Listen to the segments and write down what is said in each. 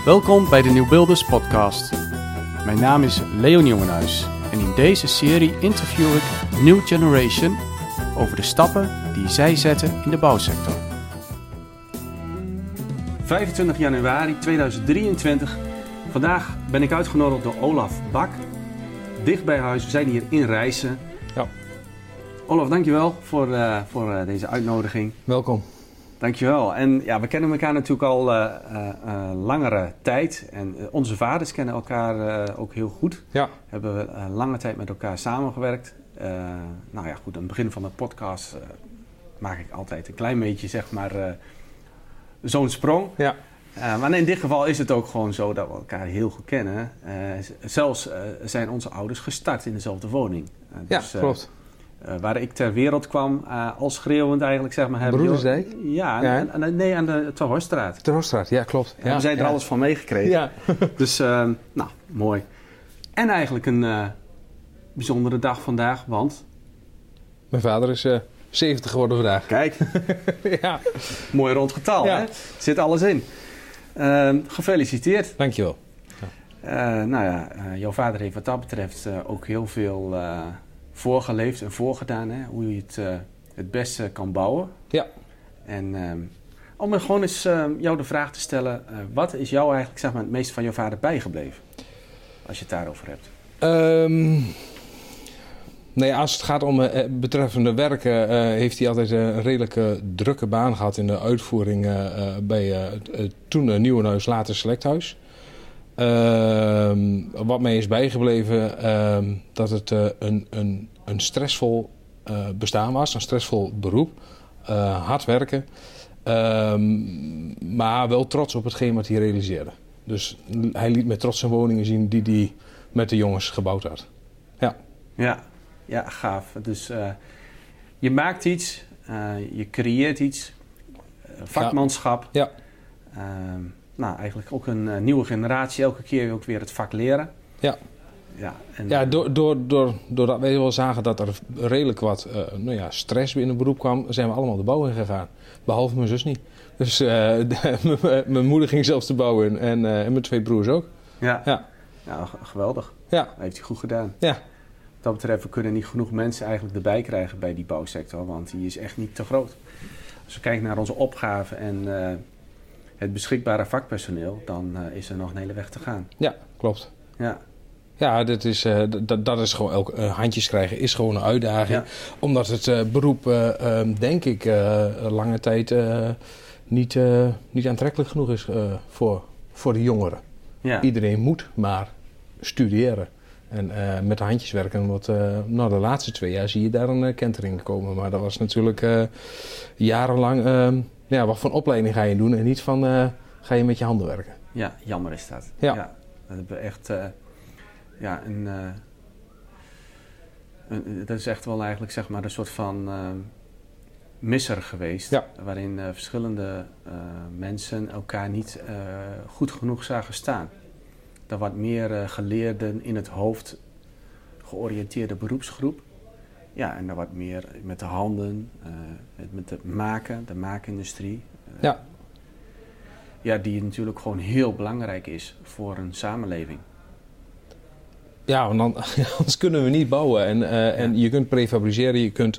Welkom bij de Nieuwbuilders podcast. Mijn naam is Leon Jongenhuis en in deze serie interview ik New Generation over de stappen die zij zetten in de bouwsector. 25 januari 2023. Vandaag ben ik uitgenodigd door Olaf Bak. Dicht bij huis, we zijn hier in Rijssen. Ja. Olaf, dankjewel voor deze uitnodiging. Welkom. Dankjewel. En ja, we kennen elkaar natuurlijk al langere tijd. En onze vaders kennen elkaar ook heel goed. Ja. Hebben we lange tijd met elkaar samengewerkt. Nou ja, goed, aan het begin van de podcast maak ik altijd een klein beetje, zeg maar, zo'n sprong. Ja. Maar in dit geval is het ook gewoon zo dat we elkaar heel goed kennen. Zelfs zijn onze ouders gestart in dezelfde woning. Dus, ja, klopt. Waar ik ter wereld kwam, al schreeuwend eigenlijk, zeg maar. Broedersdijk? Ja, ja. Nee, aan de Ter Horststraat. Ter Horststraat, ja, klopt. Ja, we zijn er alles van meegekregen. Ja. Dus, nou, mooi. En eigenlijk een bijzondere dag vandaag, want... Mijn vader is 70 geworden vandaag. Kijk, Ja. mooi rond getal, Ja. hè? Zit alles in. Gefeliciteerd. Dankjewel. Nou ja, jouw vader heeft wat dat betreft ook heel veel voorgeleefd en voorgedaan, hè? Hoe je het beste kan bouwen. Ja. En om me gewoon eens jou de vraag te stellen, wat is jou eigenlijk, zeg maar, het meest van jouw vader bijgebleven? Als je het daarover hebt. Nee, als het gaat om betreffende werken, heeft hij altijd een redelijke drukke baan gehad in de uitvoering bij toen Nieuwenhuis, later Selecthuis. Wat mij is bijgebleven, dat het een stressvol bestaan was, een stressvol beroep, hard werken, maar wel trots op hetgeen wat hij realiseerde. Dus hij liet met trots zijn woningen zien die hij met de jongens gebouwd had. Ja. Ja, gaaf. Dus je maakt iets, je creëert iets, vakmanschap. Ja. Nou, eigenlijk ook een nieuwe generatie, elke keer ook weer het vak leren. Ja. Ja, en, Ja, doordat wij wel zagen dat er redelijk wat stress binnen het beroep kwam, zijn we allemaal de bouw in gegaan. Behalve mijn zus niet. Dus mijn moeder ging zelfs de bouw in en mijn twee broers ook. Ja. Ja. Nou, geweldig. Ja. Dat heeft hij goed gedaan. Ja. Wat dat betreft, we kunnen niet genoeg mensen eigenlijk erbij krijgen bij die bouwsector, want die is echt niet te groot. Als we kijken naar onze opgave en het beschikbare vakpersoneel, dan is er nog een hele weg te gaan. Ja, klopt. Ja. Ja, dat is gewoon handjes krijgen is gewoon een uitdaging. Ja. Omdat het beroep, denk ik, lange tijd niet aantrekkelijk genoeg is voor de jongeren. Ja. Iedereen moet maar studeren. En met de handjes werken, want de laatste 2 jaar zie je daar een kentering komen. Maar dat was natuurlijk jarenlang, wat voor opleiding ga je doen en niet van ga je met je handen werken. Ja, jammer is dat. Ja. Dat hebben we echt, dat is echt wel eigenlijk, zeg maar, een soort van misser geweest. Ja. Waarin verschillende mensen elkaar niet goed genoeg zagen staan. Er wat meer geleerden in het hoofd georiënteerde beroepsgroep. Ja, en dan wat meer met de handen, met het maken, de maakindustrie. Ja. Ja, die natuurlijk gewoon heel belangrijk is voor een samenleving. Ja, want anders kunnen we niet bouwen. En je kunt prefabriceren, je kunt...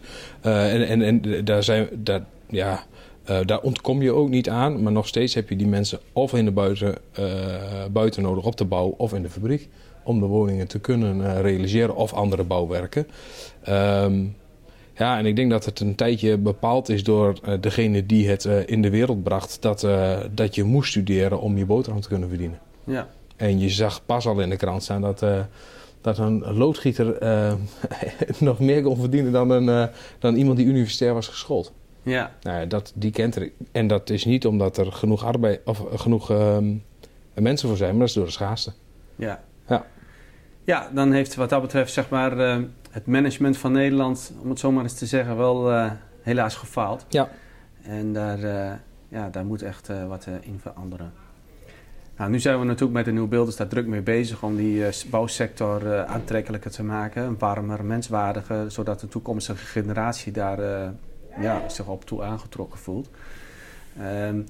daar ontkom je ook niet aan. Maar nog steeds heb je die mensen of in de buiten nodig op de bouw of in de fabriek. Om de woningen te kunnen realiseren of andere bouwwerken. En ik denk dat het een tijdje bepaald is door degene die het in de wereld bracht. Dat je moest studeren om je boterham te kunnen verdienen. Ja. En je zag pas al in de krant staan dat een loodgieter nog meer kon verdienen dan iemand die universitair was geschoold. Ja. Nou, die kent er. En dat is niet omdat er genoeg mensen voor zijn, maar dat is door de schaarste. Ja. Ja. Ja, dan heeft wat dat betreft, zeg maar, het management van Nederland, om het zo maar eens te zeggen, wel helaas gefaald. Ja. En daar moet echt wat in veranderen. Nou, nu zijn we natuurlijk met de Nieuwbuilders daar druk mee bezig om die bouwsector aantrekkelijker te maken, warmer, menswaardiger, zodat de toekomstige generatie daar zich op toe aangetrokken voelt.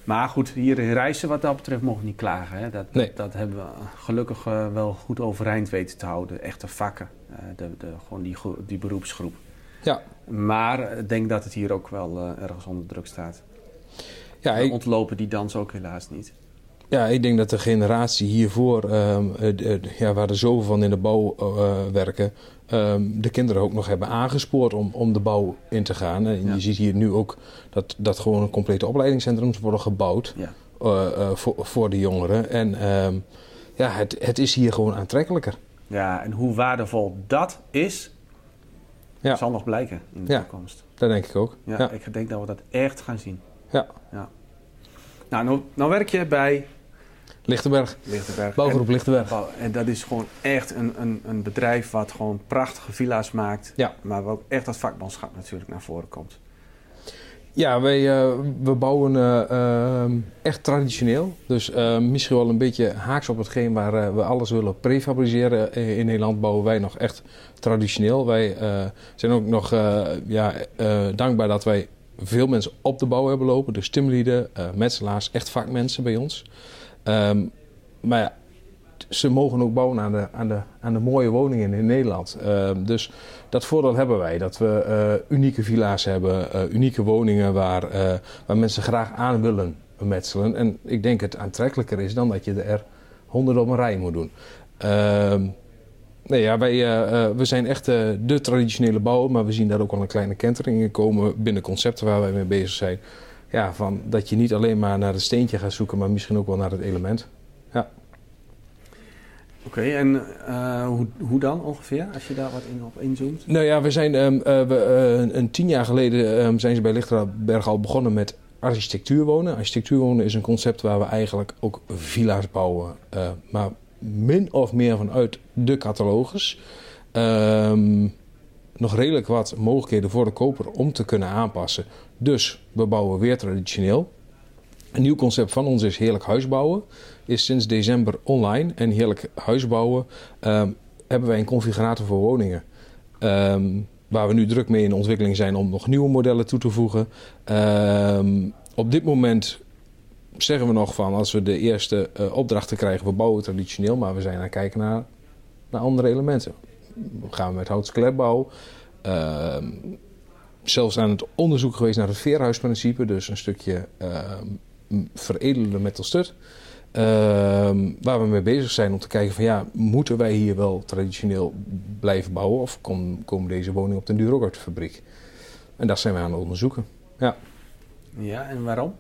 Maar goed, hier in Rijssen wat dat betreft mogen we niet klagen. Hè? Dat hebben we gelukkig wel goed overeind weten te houden. Echte vakken, gewoon die beroepsgroep. Ja. Maar ik denk dat het hier ook wel ergens onder druk staat. Ja, We ontlopen die dans ook helaas niet. Ja, ik denk dat de generatie hiervoor, waar er zoveel van in de bouw werken, de kinderen ook nog hebben aangespoord om de bouw in te gaan. En je ziet hier nu ook dat gewoon een complete opleidingscentrums worden gebouwd voor de jongeren. En het is hier gewoon aantrekkelijker. Ja, en hoe waardevol dat is, zal nog blijken in de toekomst. Dat denk ik ook. Ja. Ik denk dat we dat echt gaan zien. Ja. Nou werk je bij Lichtenberg. Bouwgroep Lichtenberg. En dat is gewoon echt een bedrijf wat gewoon prachtige villa's maakt. Ja. Maar waar ook echt dat vakmanschap natuurlijk naar voren komt. Ja, we bouwen echt traditioneel. Dus misschien wel een beetje haaks op hetgeen waar we alles willen prefabriceren. In Nederland bouwen wij nog echt traditioneel. Wij zijn ook nog dankbaar dat wij veel mensen op de bouw hebben lopen. Dus timmerlieden, metselaars, echt vakmensen bij ons. Maar ja, ze mogen ook bouwen aan de mooie woningen in Nederland. Dus dat voordeel hebben wij. Dat we unieke villa's hebben, unieke woningen waar mensen graag aan willen metselen. En ik denk het aantrekkelijker is dan dat je er 100 op een rij moet doen. We zijn echt de traditionele bouwer, maar we zien daar ook al een kleine kentering in komen binnen concepten waar wij mee bezig zijn. Ja, van dat je niet alleen maar naar het steentje gaat zoeken, maar misschien ook wel naar het element. Ja. Oké, en hoe dan ongeveer, als je daar wat op inzoomt? Nou ja, we zijn een 10 jaar geleden zijn ze bij Lichtenberg al begonnen met architectuurwonen. Architectuurwonen is een concept waar we eigenlijk ook villa's bouwen, maar min of meer vanuit de catalogus. Nog redelijk wat mogelijkheden voor de koper om te kunnen aanpassen. Dus we bouwen weer traditioneel. Een nieuw concept van ons is Heerlijk Huisbouwen. Is sinds december online. En Heerlijk Huisbouwen hebben wij een configurator voor woningen. Waar we nu druk mee in de ontwikkeling zijn om nog nieuwe modellen toe te voegen. Op dit moment zeggen we nog van als we de eerste opdrachten krijgen, we bouwen traditioneel. Maar we zijn aan het kijken naar andere elementen. Gaan we met hout-skeletbouw. Zelfs aan het onderzoek geweest naar het veerhuisprincipe. Dus een stukje veredelen met tot stut. Waar we mee bezig zijn om te kijken van moeten wij hier wel traditioneel blijven bouwen? Of komen deze woningen op den duur ook uit de fabriek? En dat zijn we aan het onderzoeken. Ja, ja, en waarom?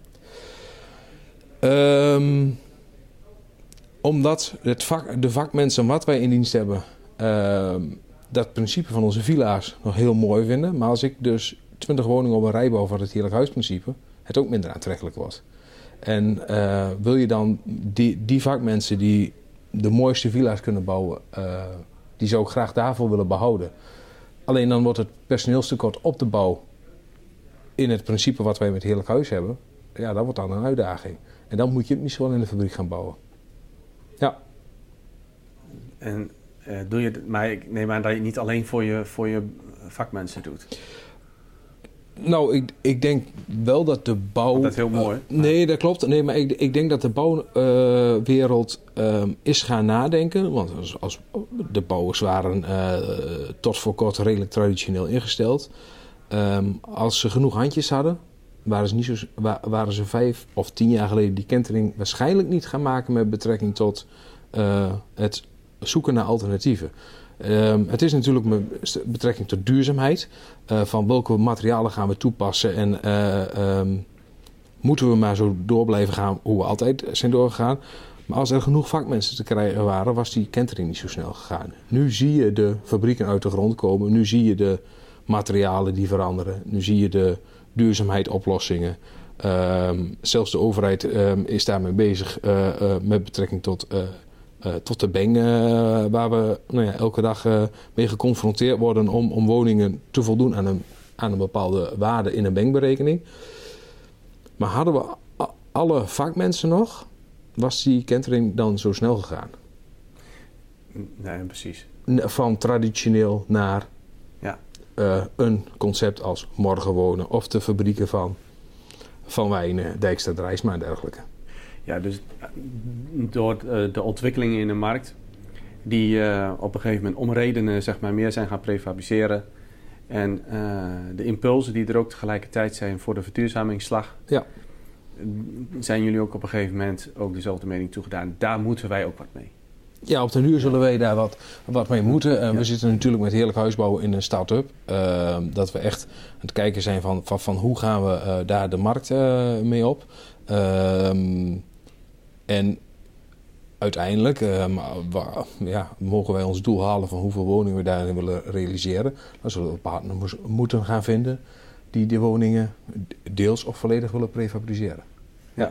Omdat de vakmensen wat wij in dienst hebben, dat principe van onze villa's nog heel mooi vinden. Maar als ik dus 20 woningen op een rij bouw van het Heerlijk Huisprincipe, het ook minder aantrekkelijk wordt. En wil je dan die vakmensen die de mooiste villa's kunnen bouwen, die zou ik graag daarvoor willen behouden. Alleen dan wordt het personeelstekort op de bouw in het principe wat wij met Heerlijk Huis hebben, ja, dat wordt dan een uitdaging. En dan moet je het misschien wel in de fabriek gaan bouwen. Ja. En doe je het, maar ik neem aan dat je het niet alleen voor je vakmensen doet. Nou, ik denk wel dat de bouw... Dat is heel mooi. Nee, dat klopt. Nee, maar ik denk dat de bouwwereld is gaan nadenken. Want als de bouwers waren tot voor kort redelijk traditioneel ingesteld. Als ze genoeg handjes hadden, waren ze 5 of 10 jaar geleden die kentering waarschijnlijk niet gaan maken met betrekking tot het zoeken naar alternatieven. Het is natuurlijk met betrekking tot duurzaamheid. Van welke materialen gaan we toepassen en moeten we maar zo door blijven gaan hoe we altijd zijn doorgegaan. Maar als er genoeg vakmensen te krijgen waren, was die kentering niet zo snel gegaan. Nu zie je de fabrieken uit de grond komen. Nu zie je de materialen die veranderen. Nu zie je de duurzaamheidsoplossingen. Zelfs de overheid is daarmee bezig met betrekking tot de BEng, waar we elke dag mee geconfronteerd worden om woningen te voldoen aan een bepaalde waarde in een BEng-berekening. Maar hadden we alle vakmensen nog, was die kentering dan zo snel gegaan? Nee, precies. Van traditioneel naar een concept als morgen wonen of de fabrieken van Van Wijnen, Dijkstad, Rijsma en dergelijke. Ja, dus door de ontwikkelingen in de markt, die op een gegeven moment om redenen zeg maar, meer zijn gaan prefabriceren. En de impulsen die er ook tegelijkertijd zijn voor de verduurzamingsslag. Ja. Zijn jullie ook op een gegeven moment ook dezelfde mening toegedaan? Daar moeten wij ook wat mee. Ja, op den duur zullen wij daar wat mee moeten. We zitten natuurlijk met Heerlijk Huisbouwen in een start-up. Dat we echt aan het kijken zijn van hoe gaan we daar de markt mee op. En uiteindelijk mogen wij ons doel halen van hoeveel woningen we daarin willen realiseren. Dan zullen we partners moeten gaan vinden die die woningen deels of volledig willen prefabriceren. Ja.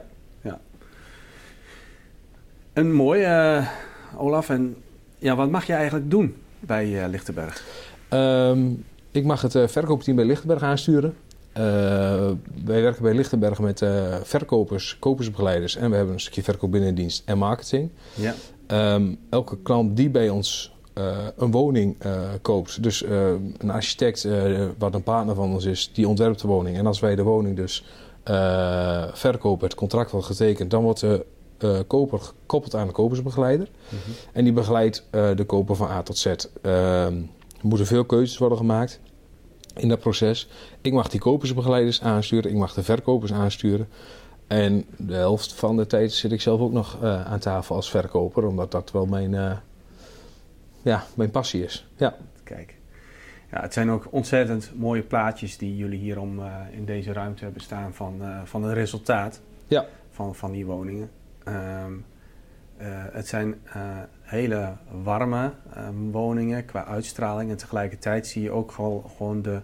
Een mooi, Olaf. En ja, wat mag je eigenlijk doen bij Lichtenberg? Ik mag het verkoopteam bij Lichtenberg aansturen. Wij werken bij Lichtenberg met verkopers, kopersbegeleiders en we hebben een stukje verkoop binnendienst en marketing. Ja. Elke klant die bij ons een woning koopt, dus een architect wat een partner van ons is, die ontwerpt de woning. En als wij de woning dus verkopen, het contract wordt getekend, dan wordt de koper gekoppeld aan de kopersbegeleider. Mm-hmm. En die begeleidt de koper van A tot Z. Er moeten veel keuzes worden gemaakt in dat proces. Ik mag die kopersbegeleiders aansturen, ik mag de verkopers aansturen. En de helft van de tijd zit ik zelf ook nog aan tafel als verkoper, omdat dat wel mijn passie is. Ja. Kijk. Ja, het zijn ook ontzettend mooie plaatjes die jullie hierom in deze ruimte hebben staan van het resultaat van die woningen. Het zijn hele warme woningen qua uitstraling en tegelijkertijd zie je ook gewoon de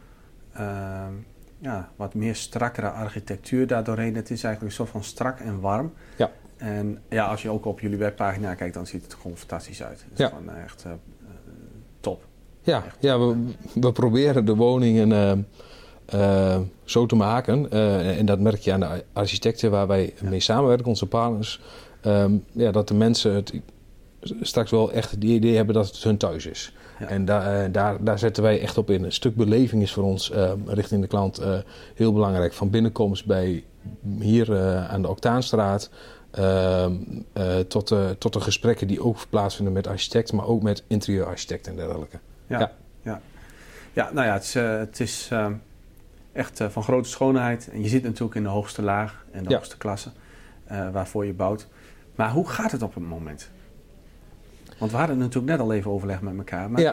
wat meer strakkere architectuur daardoorheen. Het is eigenlijk een soort van strak en warm. Ja. En ja, als je ook op jullie webpagina kijkt, dan ziet het gewoon fantastisch uit. Het is gewoon echt top. Ja, we proberen de woningen zo te maken. En dat merk je aan de architecten waar wij mee samenwerken, onze partners. Dat de mensen het straks wel echt het idee hebben dat het hun thuis is. Ja. En daar zetten wij echt op in. Een stuk beleving is voor ons richting de klant heel belangrijk. Van binnenkomst bij hier aan de Octaanstraat tot de gesprekken die ook plaatsvinden met architecten, maar ook met interieurarchitecten en dergelijke. Het is echt van grote schoonheid. En je zit natuurlijk in de hoogste laag en de hoogste klasse waarvoor je bouwt. Maar hoe gaat het op het moment? Want we hadden natuurlijk net al even overleg met elkaar. Maar...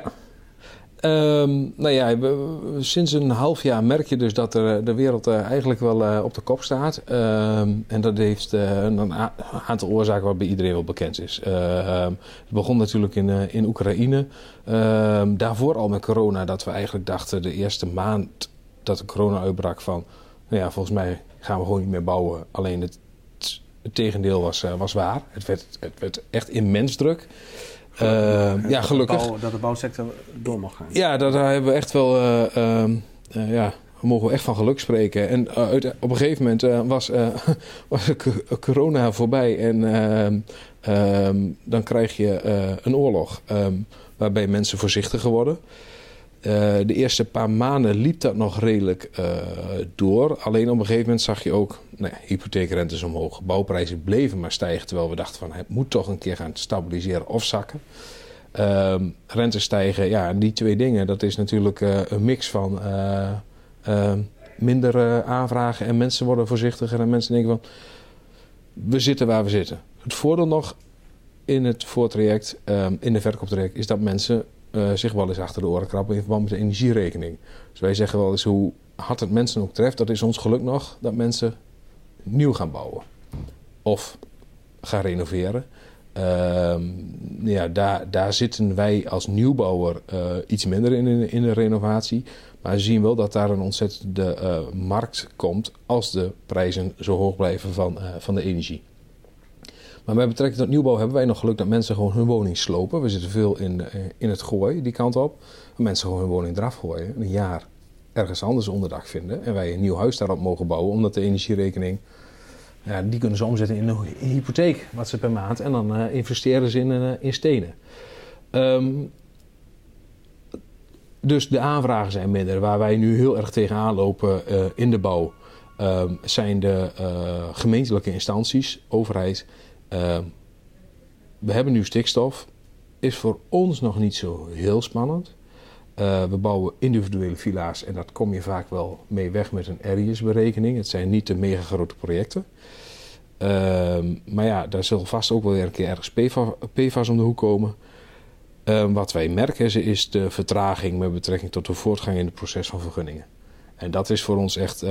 Ja. Sinds een half jaar merk je dus dat de wereld eigenlijk wel op de kop staat. En dat heeft een aantal oorzaken waarbij iedereen wel bekend is. Het begon natuurlijk in Oekraïne. Daarvoor al met corona, dat we eigenlijk dachten de eerste maand dat de corona uitbrak van... volgens mij gaan we gewoon niet meer bouwen. Alleen het tegendeel was waar. Het werd echt immens druk. Gelukkig. Dat de bouwsector door mag gaan. Ja, daar hebben we echt wel... we mogen echt van geluk spreken. En op een gegeven moment was corona voorbij. En dan krijg je een oorlog. Waarbij mensen voorzichtiger worden. De eerste paar maanden liep dat nog redelijk door. Alleen op een gegeven moment zag je ook hypotheekrentes omhoog. Bouwprijzen bleven maar stijgen. Terwijl we dachten van het moet toch een keer gaan stabiliseren of zakken. Rentes stijgen. Ja, en die twee dingen. Dat is natuurlijk een mix van minder aanvragen. En mensen worden voorzichtiger. En mensen denken van we zitten waar we zitten. Het voordeel nog in het voortraject, in de verkooptraject, is dat mensen... zich wel eens achter de oren krabben in verband met de energierekening. Dus wij zeggen wel eens hoe hard het mensen ook treft, dat is ons geluk nog dat mensen nieuw gaan bouwen. Of gaan renoveren. Daar zitten wij als nieuwbouwer iets minder in de renovatie. Maar we zien wel dat daar een ontzettende markt komt als de prijzen zo hoog blijven van de energie. Maar met betrekking tot nieuwbouw hebben wij nog geluk dat mensen gewoon hun woning slopen. We zitten veel in het gooi, die kant op. Mensen gewoon hun woning eraf gooien. Een jaar ergens anders onderdak vinden. En wij een nieuw huis daarop mogen bouwen. Omdat de energierekening, die kunnen ze omzetten in een hypotheek. Wat ze per maand. En dan investeren ze in stenen. Dus de aanvragen zijn minder. Waar wij nu heel erg tegenaan lopen in de bouw. zijn de gemeentelijke instanties, overheid. We hebben nu stikstof. Is voor ons nog niet zo heel spannend. We bouwen individuele villa's en dat kom je vaak wel mee weg met een RIS-berekening. Het zijn niet de mega grote projecten. Maar ja, daar zal vast ook wel weer een keer ergens PFAS om de hoek komen. Wat wij merken is de vertraging met betrekking tot de voortgang in het proces van vergunningen. En dat is voor ons echt...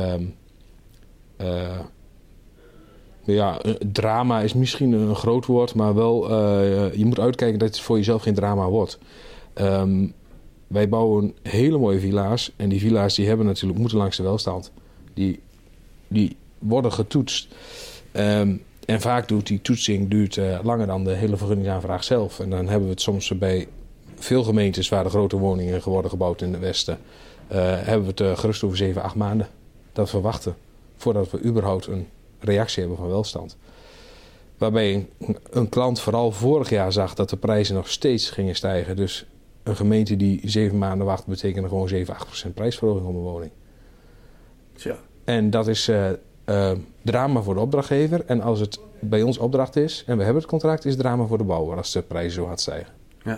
drama is misschien een groot woord, maar wel... je moet uitkijken dat het voor jezelf geen drama wordt. Wij bouwen hele mooie villa's. En die villa's die hebben natuurlijk, moeten langs de welstand. Die worden getoetst. En vaak duurt die toetsing langer dan de hele vergunningsaanvraag zelf. En dan hebben we het soms bij veel gemeentes waar de grote woningen worden gebouwd in het westen. Hebben we het gerust over 7, 8 maanden. Dat we wachten voordat we überhaupt een reactie hebben van welstand. Waarbij een klant vooral vorig jaar zag dat de prijzen nog steeds gingen stijgen. Dus een gemeente die 7 maanden wacht betekent gewoon 7-8% prijsverhoging op een woning. Ja. En dat is drama voor de opdrachtgever. En als het bij ons opdracht is en we hebben het contract, is het drama voor de bouwer als de prijzen zo hard stijgen. Ja.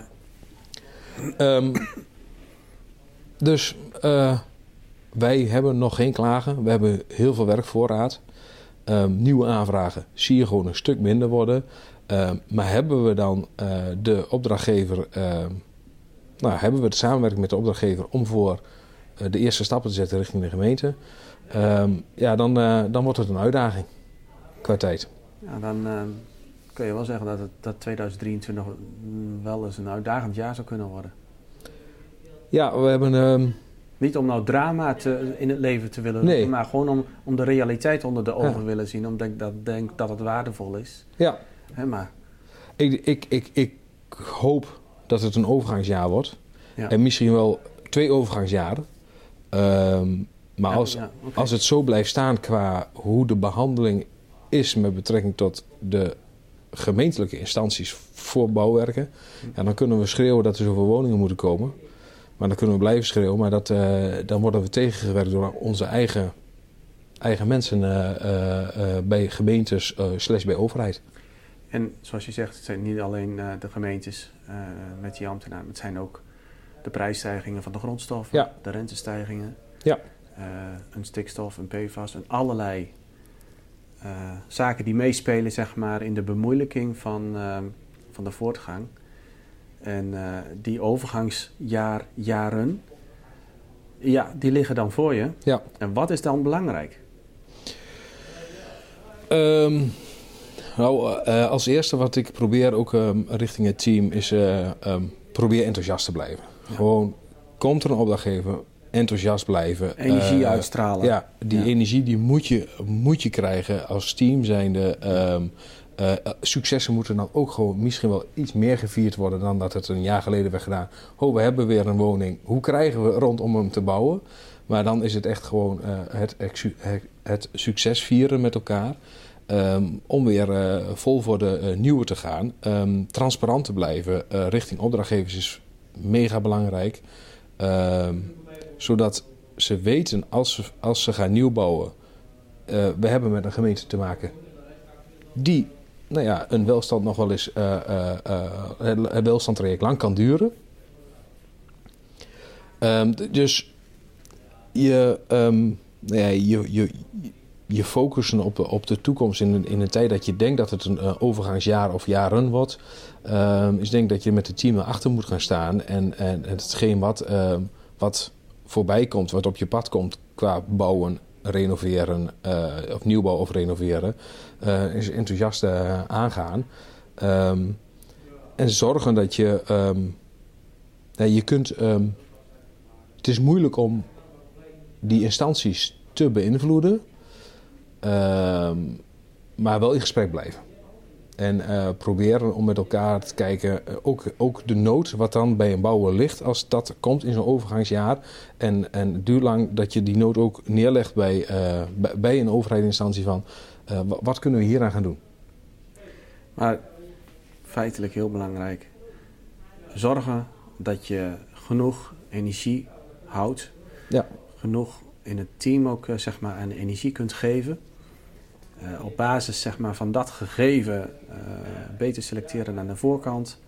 Dus wij hebben nog geen klagen. We hebben heel veel werkvoorraad. Nieuwe aanvragen zie je gewoon een stuk minder worden. Maar hebben we dan de opdrachtgever... hebben we de samenwerking met de opdrachtgever om voor de eerste stappen te zetten richting de gemeente... dan wordt het een uitdaging qua tijd. Ja, dan kun je wel zeggen dat 2023 wel eens een uitdagend jaar zou kunnen worden. Ja, we hebben... Niet om nou drama in het leven te willen roepen, maar gewoon om de realiteit onder de ogen willen zien. Omdat ik denk dat het waardevol is. Ja. Hè, maar. Ik hoop dat het een overgangsjaar wordt. Ja. En misschien wel 2 overgangsjaren. Maar als het zo blijft staan qua hoe de behandeling is met betrekking tot de gemeentelijke instanties voor bouwwerken, dan kunnen we schreeuwen dat er zoveel woningen moeten komen. Maar dan kunnen we blijven schreeuwen, maar dan worden we tegengewerkt door onze eigen mensen bij gemeentes / bij overheid. En zoals je zegt, het zijn niet alleen de gemeentes met die ambtenaren. Het zijn ook de prijsstijgingen van de grondstoffen, de rentestijgingen, een stikstof, een PFAS en allerlei zaken die meespelen zeg maar, in de bemoeilijking van de voortgang. En die overgangsjaren, die liggen dan voor je. Ja. En wat is dan belangrijk? Als eerste wat ik probeer ook richting het team is probeer enthousiast te blijven. Ja. Gewoon, komt er een opdrachtgever, enthousiast blijven. Energie uitstralen. Ja, die energie die moet je krijgen als team zijnde. Successen moeten dan ook gewoon misschien wel iets meer gevierd worden dan dat het een jaar geleden werd gedaan. We hebben weer een woning. Hoe krijgen we rond om hem te bouwen? Maar dan is het echt gewoon het succes vieren met elkaar. Om weer vol voor de nieuwe te gaan. Transparant te blijven richting opdrachtgevers is mega belangrijk. Zodat ze weten als ze gaan nieuw bouwen. We hebben met een gemeente te maken die een welstand nog wel eens het welstandtraject lang kan duren. Dus je focussen op de toekomst in een tijd dat je denkt dat het een overgangsjaar of jaren wordt. Ik denk dat je met het team erachter moet gaan staan. En hetgeen wat voorbij komt, wat op je pad komt qua bouwen, renoveren, of nieuwbouw of renoveren, is enthousiast aangaan. En zorgen dat je kunt... het is moeilijk om die instanties te beïnvloeden, maar wel in gesprek blijven. En proberen om met elkaar te kijken, ook de nood wat dan bij een bouwer ligt als dat komt in zo'n overgangsjaar. En duur lang dat je die nood ook neerlegt bij een overheidsinstantie van wat kunnen we hieraan gaan doen. Maar feitelijk heel belangrijk, zorgen dat je genoeg energie houdt. Ja. Genoeg in het team ook zeg maar aan energie kunt geven. Op basis zeg maar, van dat gegeven beter selecteren aan de voorkant.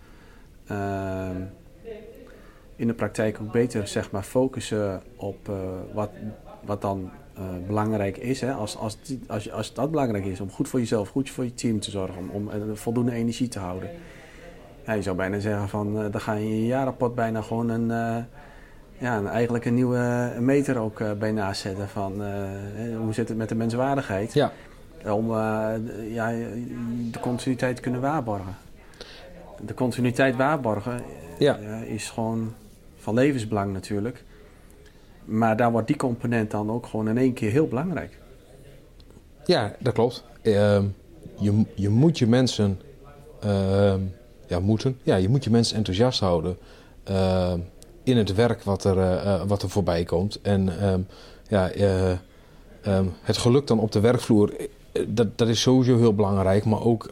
In de praktijk ook beter zeg maar, focussen op wat dan belangrijk is. Hè? Als dat belangrijk is om goed voor jezelf, goed voor je team te zorgen, om voldoende energie te houden. Ja, je zou bijna zeggen van dan ga je in je jaarrapport bijna gewoon eigenlijk een nieuwe meter ook bij naast zetten van hoe zit het met de menswaardigheid. Ja. Om de continuïteit te kunnen waarborgen. De continuïteit waarborgen is gewoon van levensbelang natuurlijk. Maar daar wordt die component dan ook gewoon in één keer heel belangrijk. Ja, dat klopt. Je moet je mensen... je moet je mensen enthousiast houden in het werk wat er voorbij komt. En het geluk dan op de werkvloer, dat is sowieso heel belangrijk. Maar ook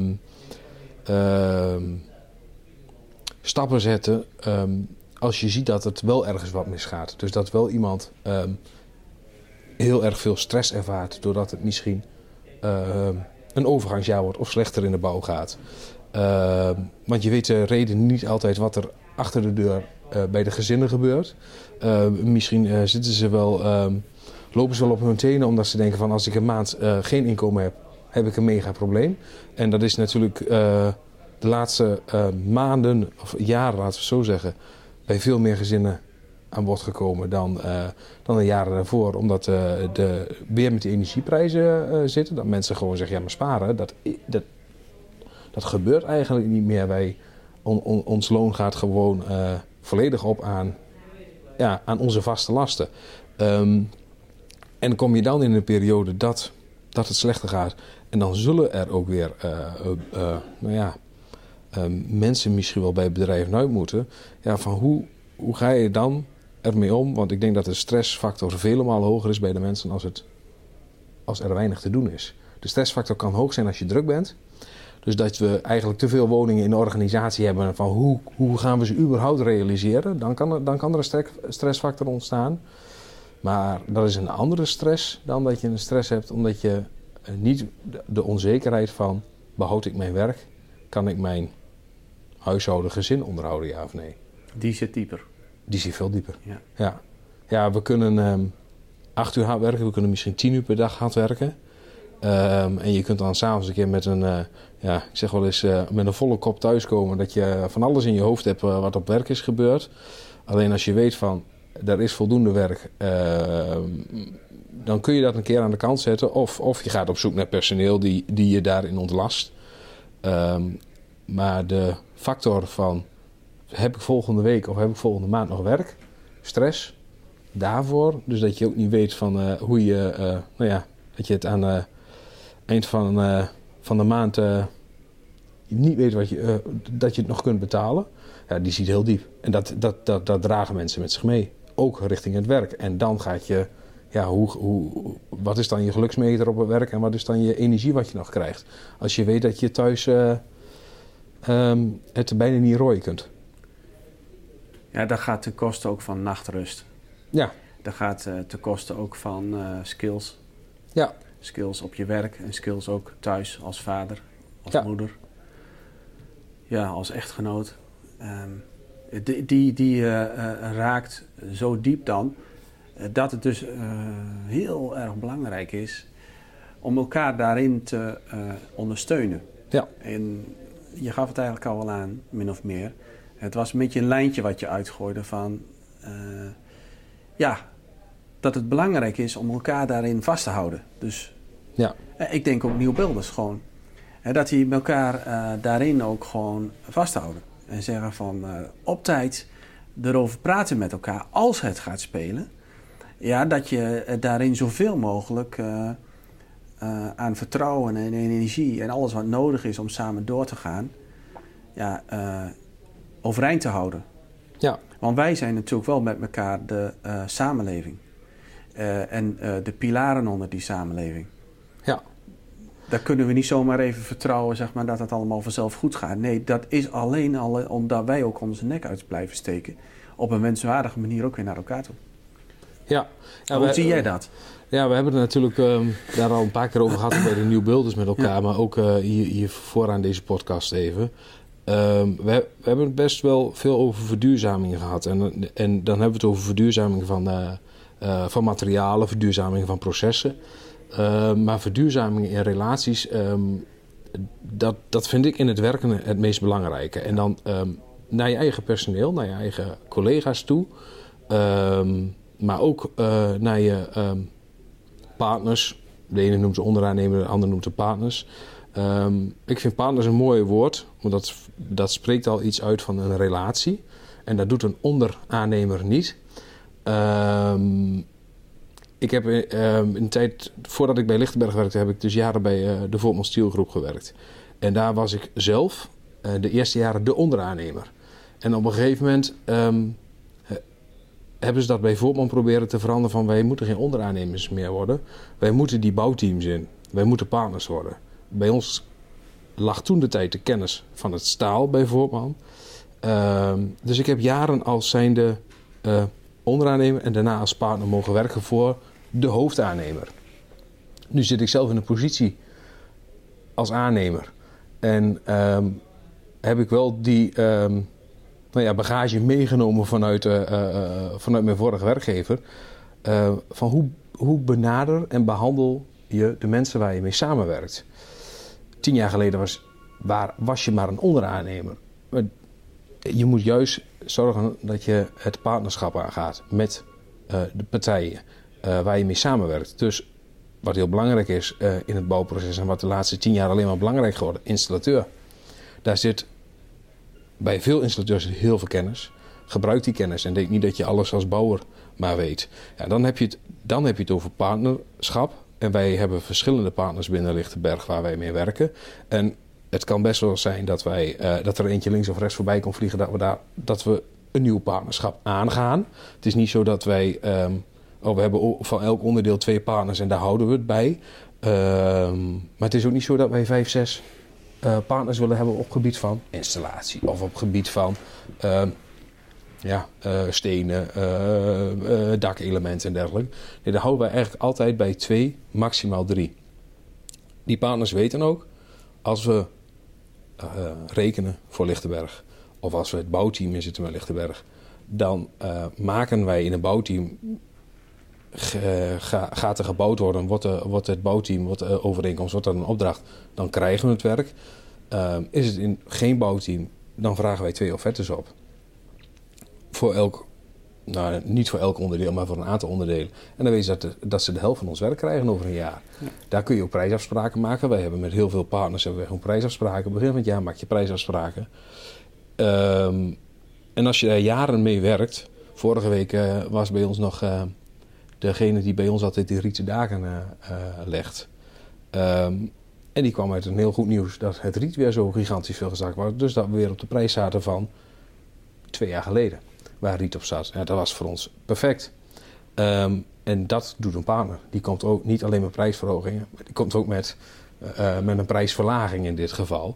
stappen zetten als je ziet dat het wel ergens wat misgaat. Dus dat wel iemand heel erg veel stress ervaart doordat het misschien een overgangsjaar wordt of slechter in de bouw gaat. Want je weet de reden niet altijd wat er achter de deur bij de gezinnen gebeurt. Misschien zitten ze wel, lopen ze wel op hun tenen omdat ze denken van als ik een maand geen inkomen heb, heb ik een mega probleem. En dat is natuurlijk de laatste maanden of jaren, laten we zo zeggen, bij veel meer gezinnen aan bod gekomen dan de jaren daarvoor. Omdat weer met de energieprijzen zitten. Dat mensen gewoon zeggen, ja maar sparen, dat gebeurt eigenlijk niet meer. Ons loon gaat gewoon volledig op aan onze vaste lasten. En kom je dan in een periode dat het slechter gaat. En dan zullen er ook weer mensen misschien wel bij bedrijven uit moeten. Ja, van hoe ga je dan ermee om? Want ik denk dat de stressfactor vele malen hoger is bij de mensen als er weinig te doen is. De stressfactor kan hoog zijn als je druk bent. Dus dat we eigenlijk te veel woningen in de organisatie hebben van hoe gaan we ze überhaupt realiseren? Dan kan er een stressfactor ontstaan. Maar dat is een andere stress dan dat je een stress hebt omdat je niet de onzekerheid van behoud ik mijn werk? Kan ik mijn huishouden, gezin onderhouden, ja of nee? Die zit dieper. Die zit veel dieper. Ja, we kunnen 8 uur hard werken, we kunnen misschien 10 uur per dag hard werken. En je kunt dan s'avonds een keer met met een volle kop thuiskomen. Dat je van alles in je hoofd hebt wat op werk is gebeurd. Alleen als je weet van er is voldoende werk, dan kun je dat een keer aan de kant zetten. Of je gaat op zoek naar personeel die je daarin ontlast. Maar de factor van heb ik volgende week of heb ik volgende maand nog werk? Stress. Daarvoor. Dus dat je ook niet weet van hoe je... dat je het aan het eind van de maand niet weet dat je het nog kunt betalen. Ja, die zit heel diep. En dat dragen mensen met zich mee. Ook richting het werk. En dan gaat je... Ja, wat is dan je geluksmeter op het werk en wat is dan je energie wat je nog krijgt? Als je weet dat je thuis het bijna niet rooien kunt. Ja, dat gaat ten koste ook van nachtrust. Ja. Dat gaat ten koste ook van skills. Ja. Skills op je werk en skills ook thuis als vader, als moeder. Ja, als echtgenoot. Die raakt zo diep dan dat het dus heel erg belangrijk is om elkaar daarin te ondersteunen. Ja. En je gaf het eigenlijk al wel aan, min of meer. Het was een beetje een lijntje wat je uitgooide van... dat het belangrijk is om elkaar daarin vast te houden. Dus ik denk ook Nieuwbuilders gewoon. Dat die elkaar daarin ook gewoon vasthouden. En zeggen van op tijd erover praten met elkaar als het gaat spelen. Ja, dat je daarin zoveel mogelijk aan vertrouwen en energie en alles wat nodig is om samen door te gaan, overeind te houden. Ja. Want wij zijn natuurlijk wel met elkaar de samenleving. En de pilaren onder die samenleving. Ja. Daar kunnen we niet zomaar even vertrouwen, zeg maar, dat het allemaal vanzelf goed gaat. Nee, dat is alleen al omdat wij ook onze nek uit blijven steken. Op een menswaardige manier ook weer naar elkaar toe. Ja. Hoe zie jij dat? Ja, we hebben het natuurlijk daar al een paar keer over gehad bij de nieuwbeelders met elkaar. Maar ook hier vooraan deze podcast even. We hebben best wel veel over verduurzaming gehad. En dan hebben we het over verduurzaming van materialen, verduurzaming van processen. Maar verduurzaming in relaties, dat vind ik in het werken het meest belangrijke. En dan naar je eigen personeel, naar je eigen collega's toe. Maar ook naar je partners. De ene noemt ze onderaannemer, de ander noemt ze partners. Ik vind partners een mooi woord, want dat spreekt al iets uit van een relatie. En dat doet een onderaannemer niet. Ik heb in een tijd, voordat ik bij Lichtenberg werkte, heb ik dus jaren bij de Voortman Stielgroep gewerkt. En daar was ik zelf de eerste jaren de onderaannemer. En op een gegeven moment hebben ze dat bij Voortman proberen te veranderen van wij moeten geen onderaannemers meer worden. Wij moeten die bouwteams in. Wij moeten partners worden. Bij ons lag toen de tijd de kennis van het staal bij Voortman. Dus ik heb jaren als zijnde onderaannemer en daarna als partner mogen werken voor de hoofdaannemer. Nu zit ik zelf in een positie als aannemer. En heb ik wel die bagage meegenomen vanuit mijn vorige werkgever. Van hoe benader en behandel je de mensen waar je mee samenwerkt. 10 jaar geleden was je maar een onderaannemer. Maar je moet juist zorgen dat je het partnerschap aangaat met de partijen waar je mee samenwerkt. Dus wat heel belangrijk is in het bouwproces en wat de laatste 10 jaar alleen maar belangrijk geworden, installateur. Daar zit bij veel installateurs heel veel kennis. Gebruik die kennis en denk niet dat je alles als bouwer maar weet. Ja, dan heb je het over partnerschap. En wij hebben verschillende partners binnen Lichtenberg waar wij mee werken. En het kan best wel zijn dat er eentje links of rechts voorbij komt vliegen, dat we een nieuw partnerschap aangaan. Het is niet zo dat wij we hebben van elk onderdeel 2 partners en daar houden we het bij. Maar het is ook niet zo dat wij 5, 6 partners willen hebben op het gebied van installatie of op het gebied van stenen, dakelementen en dergelijke. Nee, daar houden wij eigenlijk altijd bij 2, maximaal 3. Die partners weten ook, als we rekenen voor Lichtenberg of als we het bouwteam inzitten met Lichtenberg, dan maken wij in een bouwteam, gaat er gebouwd worden, wordt het bouwteam, wordt de overeenkomst, wordt dat een opdracht, dan krijgen we het werk. Is het in geen bouwteam, dan vragen wij 2 offertes op. Niet voor elk onderdeel, maar voor een aantal onderdelen. En dan weet je dat ze de helft van ons werk krijgen over een jaar. Ja. Daar kun je ook prijsafspraken maken. Wij hebben met heel veel partners gewoon prijsafspraken. Begin van het jaar maak je prijsafspraken. En als je daar jaren mee werkt. Vorige week was bij ons nog degene die bij ons altijd die rieten daken legt. En die kwam uit een heel goed nieuws dat het riet weer zo gigantisch veel gezakt was. Dus dat we weer op de prijs zaten van 2 jaar geleden. Waar riet op zat. Ja, dat was voor ons perfect. En dat doet een partner. Die komt ook niet alleen met prijsverhogingen. Maar die komt ook met een prijsverlaging in dit geval.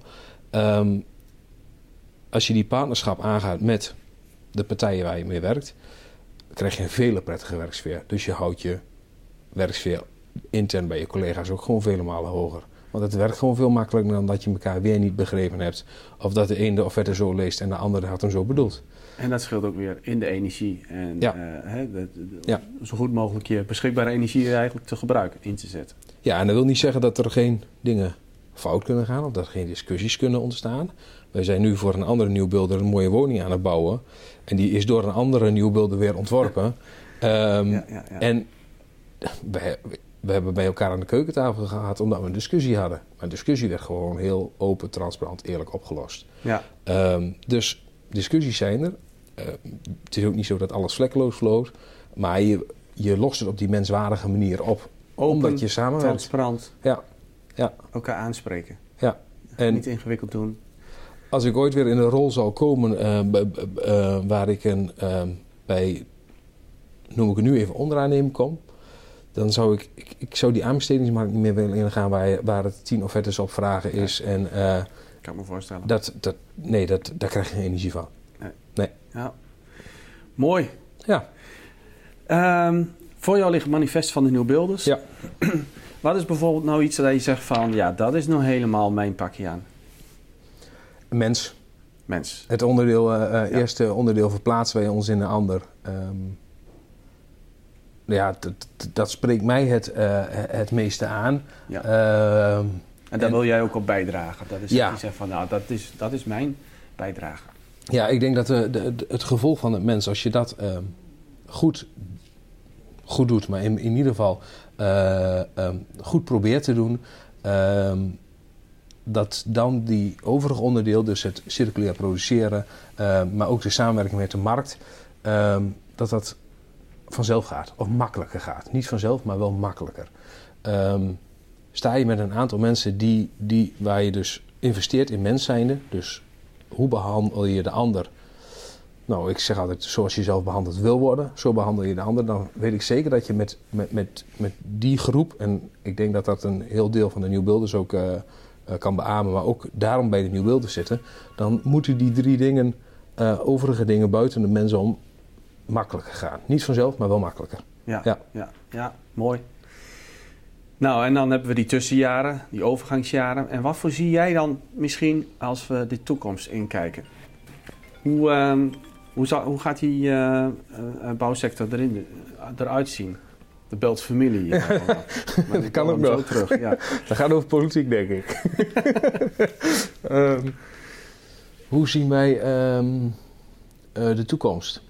Als je die partnerschap aangaat met de partijen waar je mee werkt, krijg je een vele prettige werksfeer. Dus je houdt je werksfeer intern bij je collega's ook gewoon vele malen hoger. Want het werkt gewoon veel makkelijker dan dat je elkaar weer niet begrepen hebt. Of dat de een de offerte zo leest en de ander had hem zo bedoeld. En dat scheelt ook weer in de energie. En zo goed mogelijk je beschikbare energie eigenlijk te gebruiken, in te zetten. Ja, en dat wil niet zeggen dat er geen dingen fout kunnen gaan. Of dat er geen discussies kunnen ontstaan. Wij zijn nu voor een andere nieuwbeelder een mooie woning aan het bouwen. En die is door een andere nieuwbeelder weer ontworpen. En we hebben bij elkaar aan de keukentafel gehad omdat we een discussie hadden. Maar de discussie werd gewoon heel open, transparant, eerlijk opgelost. Ja. Dus discussies zijn er. Het is ook niet zo dat alles vlekkeloos vloot. Maar je lost het op die menswaardige manier op. Open, omdat je samenwerkt. Transparant. Ja. Elkaar aanspreken. Ja. En niet ingewikkeld doen. Als ik ooit weer in een rol zal komen waar ik bij, noem ik het nu even, onderaannemer kom, dan zou ik zou die aanbestedingsmarkt niet meer willen ingaan waar het 10 offertes op vragen is. En, kan me voorstellen. Daar krijg je geen energie van. Nee. Ja. Mooi. Ja. Voor jou ligt het manifest van de Nieuwbeelders. Ja. Wat is bijvoorbeeld nou iets dat je zegt van... ja, dat is nou helemaal mijn pakje aan? Mens. Het eerste onderdeel verplaatsen wij ons in een ander. Dat spreekt mij het meeste aan. Ja. En daar wil jij ook op bijdragen. Dat is je zegt van, nou, dat is mijn bijdrage. Ja, ik denk dat het gevolg van het mens, als je dat goed doet, maar in ieder geval goed probeert te doen, dat dan die overige onderdeel, dus het circulair produceren, maar ook de samenwerking met de markt, dat vanzelf gaat, of makkelijker gaat. Niet vanzelf, maar wel makkelijker. Sta je met een aantal mensen waar je dus investeert in mens zijnde, dus hoe behandel je de ander? Nou, ik zeg altijd, zoals je zelf behandeld wil worden, zo behandel je de ander. Dan weet ik zeker dat je met die groep, en ik denk dat dat een heel deel van de Nieuwbeelders ook kan beamen, maar ook daarom bij de Nieuwbeelders zitten, dan moeten die 3 dingen, overige dingen buiten de mensen om, makkelijker gaan. Niet vanzelf, maar wel makkelijker. Ja, mooi. Nou, en dan hebben we die tussenjaren, die overgangsjaren. En wat voor zie jij dan misschien als we de toekomst inkijken? Hoe gaat die bouwsector eruit zien? De Beeldfamilie. Dat kan ook nog. Terug, ja. Dat gaat over politiek, denk ik. Hoe zien wij de toekomst?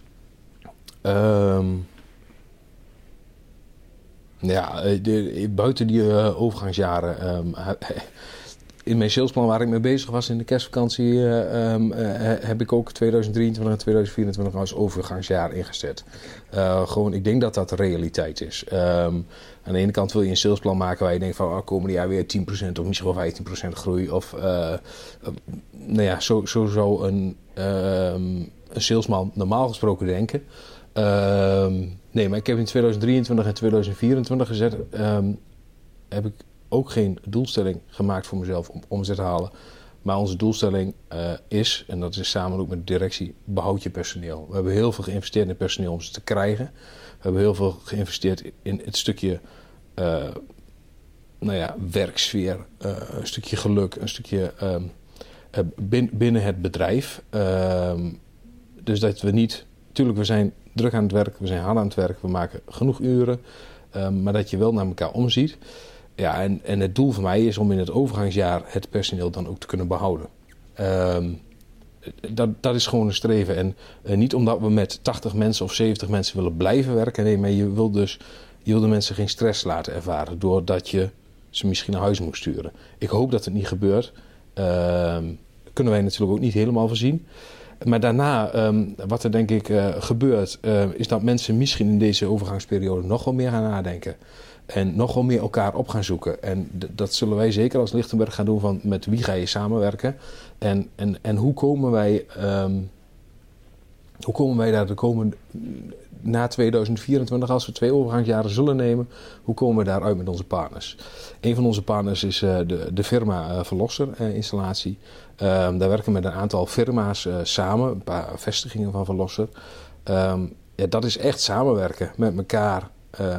Buiten die overgangsjaren. In mijn salesplan waar ik mee bezig was in de kerstvakantie, heb ik ook 2023 en 2024 als overgangsjaar ingezet. Ik denk dat dat de realiteit is. Aan de ene kant wil je een salesplan maken waar je denkt van komende jaar weer 10% of misschien wel 15% groei. Of zo zou een salesman normaal gesproken denken. Maar ik heb in 2023 en 2024 gezet, heb ik ook geen doelstelling gemaakt voor mezelf om omzet te halen. Maar onze doelstelling is, en dat is samen ook met de directie, behoud je personeel. We hebben heel veel geïnvesteerd in personeel om ze te krijgen. We hebben heel veel geïnvesteerd in het stukje werksfeer, een stukje geluk, een stukje binnen het bedrijf. Dus dat we niet... Tuurlijk, we zijn druk aan het werk, we zijn hard aan het werk, we maken genoeg uren. Maar dat je wel naar elkaar omziet. Ja, en het doel van mij is om in het overgangsjaar het personeel dan ook te kunnen behouden. Dat is gewoon een streven. En niet omdat we met 80 mensen of 70 mensen willen blijven werken. Nee, maar je wil de mensen geen stress laten ervaren. Doordat je ze misschien naar huis moet sturen. Ik hoop dat het niet gebeurt. Kunnen wij natuurlijk ook niet helemaal voorzien. Maar daarna, wat er denk ik gebeurt, is dat mensen misschien in deze overgangsperiode nog wel meer gaan nadenken. En nog wel meer elkaar op gaan zoeken. En dat zullen wij zeker als Lichtenberg gaan doen van met wie ga je samenwerken. En hoe komen wij daar de komende... Na 2024, als we 2 overgangsjaren zullen nemen, hoe komen we daaruit met onze partners? Een van onze partners is de firma Verlosser installatie. Daar werken we met een aantal firma's samen, een paar vestigingen van Verlosser. Dat is echt samenwerken met elkaar.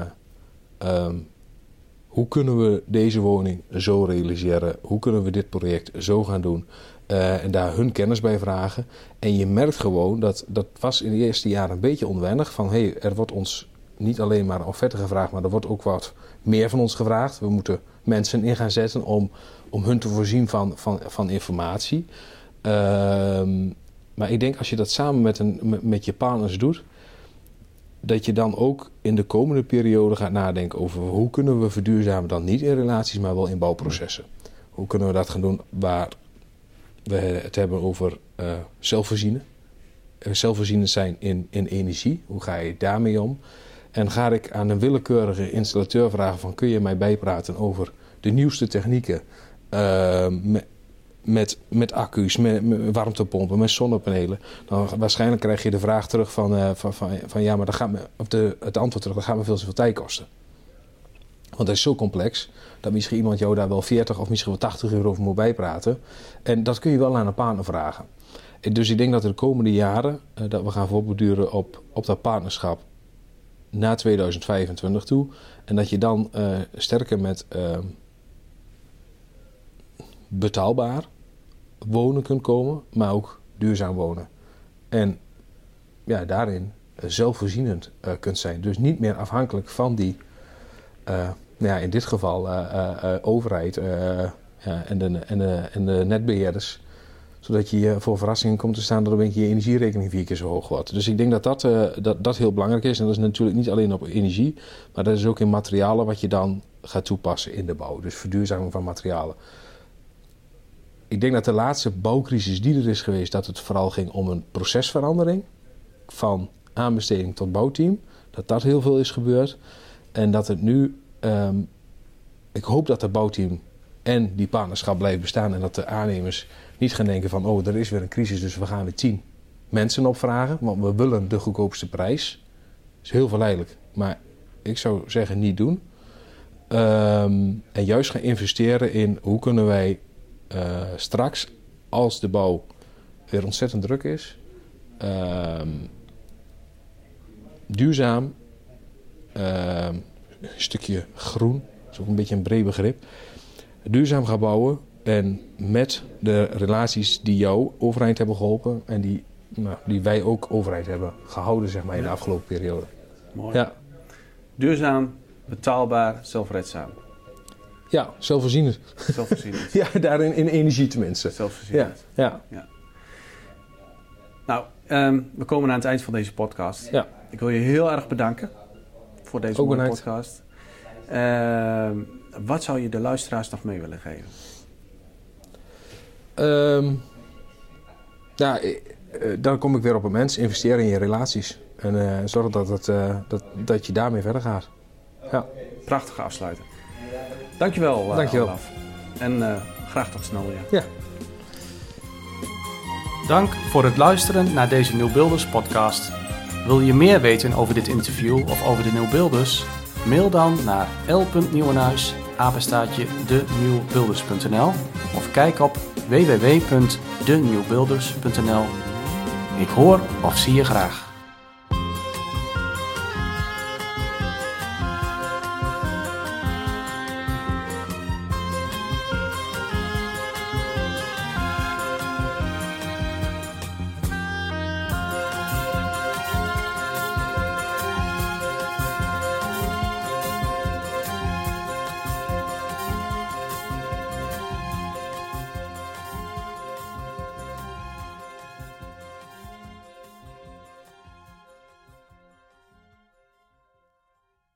Hoe kunnen we deze woning zo realiseren? Hoe kunnen we dit project zo gaan doen? En daar hun kennis bij vragen. En je merkt gewoon dat was in de eerste jaren een beetje onwennig. Van er wordt ons niet alleen maar offerte gevraagd, maar er wordt ook wat meer van ons gevraagd. We moeten mensen in gaan zetten om hun te voorzien van informatie. Maar ik denk als je dat samen met je partners doet, dat je dan ook in de komende periode gaat nadenken over hoe kunnen we verduurzamen dan niet in relaties, maar wel in bouwprocessen. Hoe kunnen we dat gaan doen waar we het hebben over zelfvoorzienen. Zelfvoorzienend zijn in energie. Hoe ga je daarmee om? En ga ik aan een willekeurige installateur vragen van kun je mij bijpraten over de nieuwste technieken met accu's, met warmtepompen, met zonnepanelen. Dan waarschijnlijk krijg je de vraag terug van ja, maar het antwoord terug, dat gaat me veel te veel tijd kosten. Want dat is zo complex dat misschien iemand jou daar wel 40 of misschien wel 80 euro over moet bijpraten. En dat kun je wel aan een partner vragen. Dus ik denk dat de komende jaren dat we gaan voortborduren op dat partnerschap naar 2025 toe. En dat je dan sterker met betaalbaar wonen kunt komen, maar ook duurzaam wonen. En ja, daarin zelfvoorzienend kunt zijn. Dus niet meer afhankelijk van die, in dit geval overheid en de netbeheerders. Zodat je voor verrassingen komt te staan dat je energierekening 4 keer zo hoog wordt. Dus ik denk dat heel belangrijk is. En dat is natuurlijk niet alleen op energie, maar dat is ook in materialen wat je dan gaat toepassen in de bouw. Dus verduurzaming van materialen. Ik denk dat de laatste bouwcrisis die er is geweest, dat het vooral ging om een procesverandering. Van aanbesteding tot bouwteam. Dat heel veel is gebeurd. En dat het nu, ik hoop dat het bouwteam en die partnerschap blijven bestaan. En dat de aannemers niet gaan denken van, er is weer een crisis, dus we gaan weer 10 mensen opvragen. Want we willen de goedkoopste prijs. Dat is heel verleidelijk. Maar ik zou zeggen, niet doen. En juist gaan investeren in hoe kunnen wij straks, als de bouw weer ontzettend druk is, duurzaam, een stukje groen, dat is ook een beetje een breed begrip, duurzaam gaan bouwen en met de relaties die jou overeind hebben geholpen en die wij ook overeind hebben gehouden, zeg maar, in de afgelopen periode. Mooi. Ja. Duurzaam, betaalbaar, zelfredzaam. Ja, zelfvoorzienend. Zelfvoorzienend. Ja, daarin in energie tenminste. Zelfvoorzienend. Ja. Nou, we komen aan het eind van deze podcast. Ja. Ik wil je heel erg bedanken voor deze mooie podcast. Wat zou je de luisteraars nog mee willen geven? Dan kom ik weer op een mens. Investeer in je relaties. En zorg dat je daarmee verder gaat. Ja. Prachtige afsluiter. Dankjewel. Olaf. En graag tot snel weer. Ja. Dank voor het luisteren naar deze Nieuwbuilders podcast. Wil je meer weten over dit interview of over de Nieuwbuilders? Mail dan naar l.nieuwenhuis@denieuwbuilders.nl of kijk op www.denieuwbuilders.nl. Ik hoor of zie je graag.